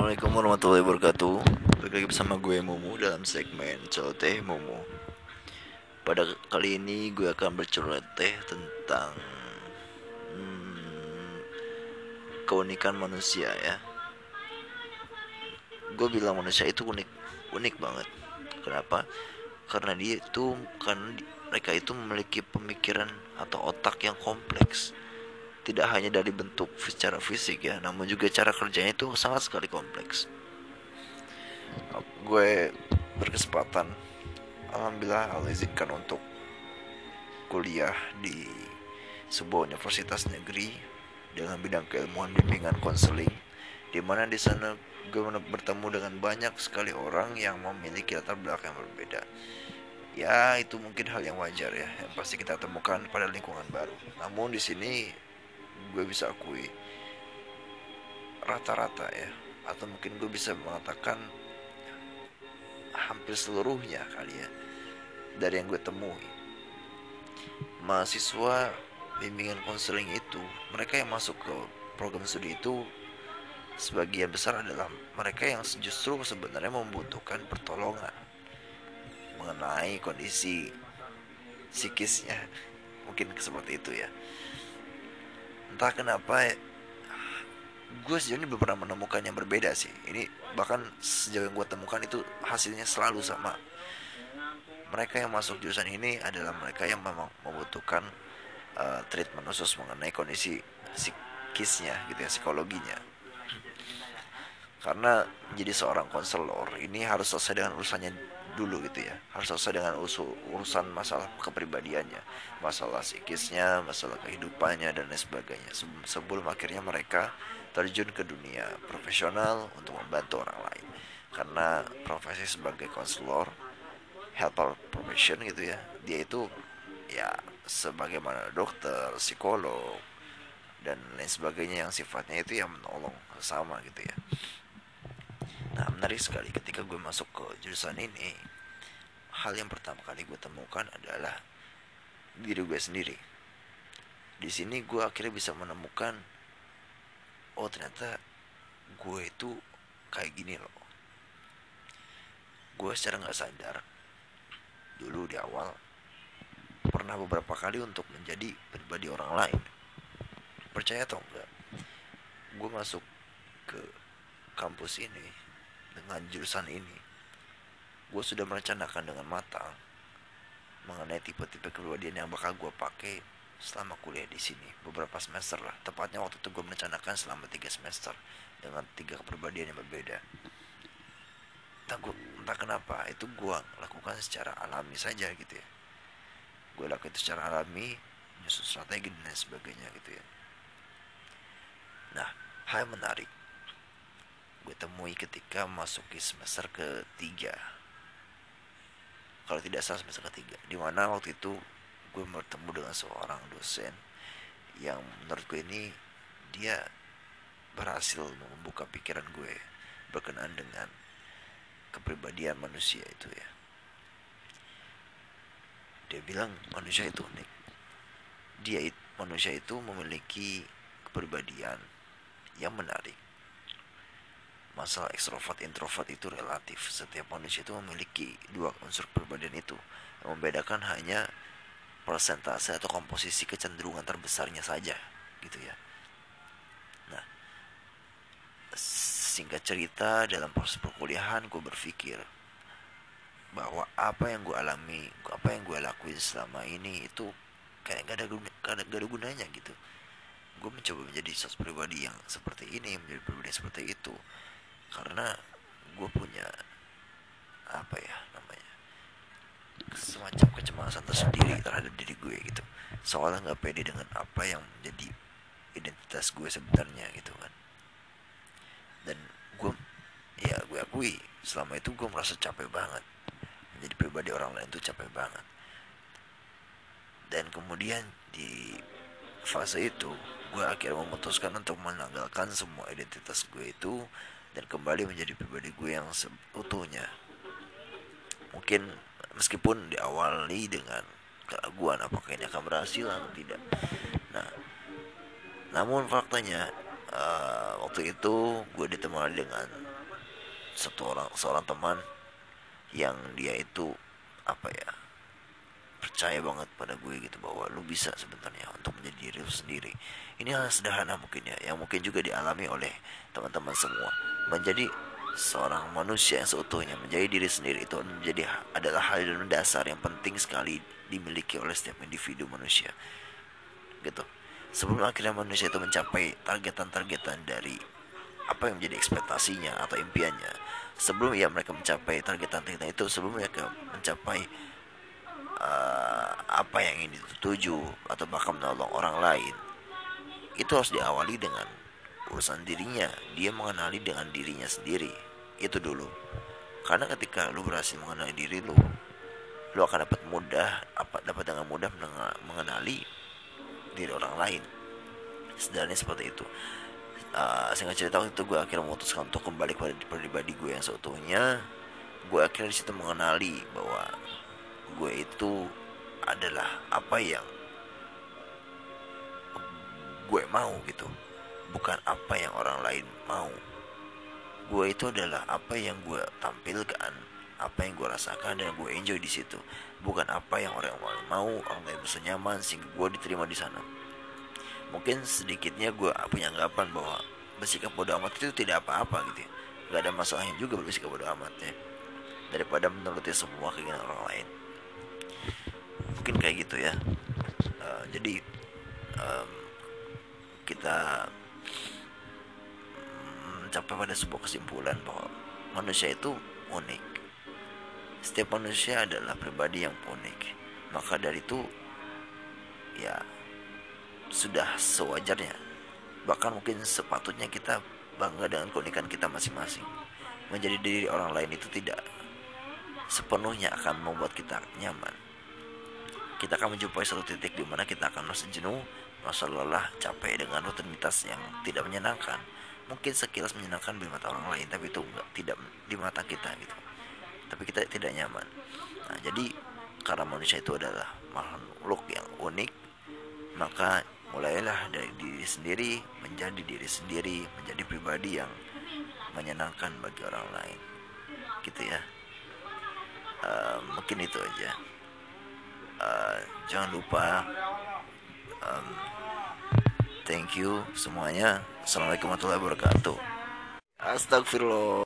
Assalamualaikum warahmatullahi wabarakatuh. Balik lagi bersama gue Mumu dalam segmen Celoteh Mumu. Pada kali ini gue akan berceloteh tentang keunikan manusia ya. Gue bilang manusia itu unik, unik banget. Kenapa? Karena mereka itu memiliki pemikiran atau otak yang kompleks. Tidak hanya dari bentuk secara fisik ya, namun juga cara kerjanya itu sangat sekali kompleks. Gue berkesempatan, alhamdulillah Allah izinkan untuk kuliah di sebuah universitas negeri dengan bidang keilmuan bimbingan konseling, di mana di sana gue bertemu dengan banyak sekali orang yang memiliki latar belakang yang berbeda. Ya, itu mungkin hal yang wajar ya, yang pasti kita temukan pada lingkungan baru. Namun di sini gue bisa akui rata-rata ya, atau mungkin gue bisa mengatakan hampir seluruhnya kali ya, dari yang gue temui, mahasiswa bimbingan konseling itu, mereka yang masuk ke program studi itu sebagian besar adalah mereka yang justru sebenarnya membutuhkan pertolongan mengenai kondisi psikisnya, mungkin seperti itu ya. Entah kenapa gue sejauh ini belum pernah menemukan yang berbeda sih. Ini bahkan sejauh yang gue temukan itu hasilnya selalu sama. Mereka yang masuk jurusan ini adalah mereka yang memang membutuhkan treatment khusus mengenai kondisi psikisnya gitu ya, psikologinya. Karena menjadi seorang konselor ini harus selesai dengan urusannya dulu gitu ya, harus selesai dengan urusan masalah kepribadiannya, masalah psikisnya, masalah kehidupannya dan lain sebagainya, sebelum akhirnya mereka terjun ke dunia profesional untuk membantu orang lain. Karena profesi sebagai konselor, helper profession gitu ya, dia itu ya sebagaimana dokter, psikolog dan lain sebagainya yang sifatnya itu yang menolong sama gitu ya. Nah, menarik sekali ketika gue masuk ke jurusan ini, hal yang pertama kali gue temukan adalah diri gue sendiri. Di sini gue akhirnya bisa menemukan, oh ternyata gue itu kayak gini loh. Gue secara nggak sadar dulu di awal pernah beberapa kali untuk menjadi pribadi orang lain. Percaya atau enggak, gue masuk ke kampus ini dengan jurusan ini, gue sudah merencanakan dengan matang mengenai tipe-tipe kepribadian yang bakal gue pakai selama kuliah di sini beberapa semester lah. Tepatnya waktu itu gue merencanakan selama 3 semester dengan 3 kepribadian yang berbeda. Entah kenapa itu gue lakukan secara alami saja gitu ya. Gue lakukan itu secara alami, menyusun strategi dan lain sebagainya gitu ya. Nah, hal yang menarik gue temui ketika masuki semester ketiga, kalau tidak salah semester ketiga, dimana waktu itu gue bertemu dengan seorang dosen yang menurut gue ini dia berhasil membuka pikiran gue berkenaan dengan kepribadian manusia itu ya. Dia bilang manusia itu unik. Manusia itu memiliki kepribadian yang menarik. Masalah ekstrovert introvert itu relatif. Setiap manusia itu memiliki dua unsur kepribadian itu. Yang membedakan hanya persentase atau komposisi kecenderungan terbesarnya saja gitu ya. Nah, singkat cerita, dalam proses perkuliahan gue berpikir bahwa apa yang gue alami, apa yang gue lakuin selama ini itu kayak gak ada gunanya gitu. Gue mencoba menjadi sosok pribadi yang seperti ini, menjadi pribadi yang seperti itu, karena gue punya apa ya namanya, semacam kecemasan tersendiri terhadap diri gue gitu, soalnya nggak pede dengan apa yang menjadi identitas gue sebenarnya gitu kan. Dan gue, ya gue akui selama itu gue merasa capek banget menjadi pribadi orang lain, tuh capek banget. Dan kemudian di fase itu gue akhirnya memutuskan untuk menanggalkan semua identitas gue itu dan kembali menjadi pribadi gue yang seutuhnya. Mungkin meskipun diawali dengan keraguan apakah ini akan berhasil atau tidak. Nah, namun faktanya waktu itu gue ditemani dengan seorang teman yang dia itu apa ya, percaya banget pada gue gitu, bahwa lu bisa sebenarnya untuk menjadi diri lu sendiri. Ini hal sederhana mungkin ya, yang mungkin juga dialami oleh teman-teman semua. Menjadi seorang manusia yang seutuhnya, menjadi diri sendiri itu adalah hal yang mendasar yang penting sekali dimiliki oleh setiap individu manusia gitu. Sebelum akhirnya manusia itu mencapai targetan-targetan dari apa yang menjadi ekspektasinya atau impiannya, sebelum ya mereka mencapai targetan-targetan itu, sebelum mereka mencapai apa yang ingin dituju atau bahkan menolong orang lain, itu harus diawali dengan urusan dirinya. Dia mengenali dengan dirinya sendiri itu dulu. Karena ketika lu berhasil mengenali diri lu akan dapat dengan mudah mengenali diri orang lain. Sebenarnya seperti itu. Singkat cerita, waktu itu gue akhirnya memutuskan untuk kembali kepada pribadi gue yang seutuhnya. Gue akhirnya di situ mengenali bahwa gue itu adalah apa yang gue mau gitu, bukan apa yang orang lain mau. Gue itu adalah apa yang gue tampilkan, apa yang gue rasakan dan gue enjoy di situ, bukan apa yang orang lain mau, orang lain bisa nyaman sehingga gue diterima di sana. Mungkin sedikitnya gue punya anggapan bahwa bersikap bodoh amat itu tidak apa-apa gitu ya. Gak ada masalahnya juga bersikap bodoh amat ya, daripada menuruti semua keinginan orang lain. Mungkin kayak gitu ya. Jadi kita mencapai pada sebuah kesimpulan bahwa manusia itu unik. Setiap manusia adalah pribadi yang unik. Maka dari itu ya sudah sewajarnya, bahkan mungkin sepatutnya kita bangga dengan keunikan kita masing-masing. Menjadi diri orang lain itu tidak sepenuhnya akan membuat kita nyaman. Kita akan menjumpai satu titik di mana kita akan merasa jenuh, merasa lelah, capek dengan rutinitas yang tidak menyenangkan. Mungkin sekilas menyenangkan di mata orang lain, tapi itu tidak di mata kita gitu. Tapi kita tidak nyaman. Nah, jadi karena manusia itu adalah makhluk yang unik, maka mulailah dari diri sendiri, menjadi diri sendiri, menjadi pribadi yang menyenangkan bagi orang lain. Gitu ya. Mungkin itu aja. Jangan lupa, thank you semuanya. Assalamualaikum warahmatullahi wabarakatuh. Astagfirullah.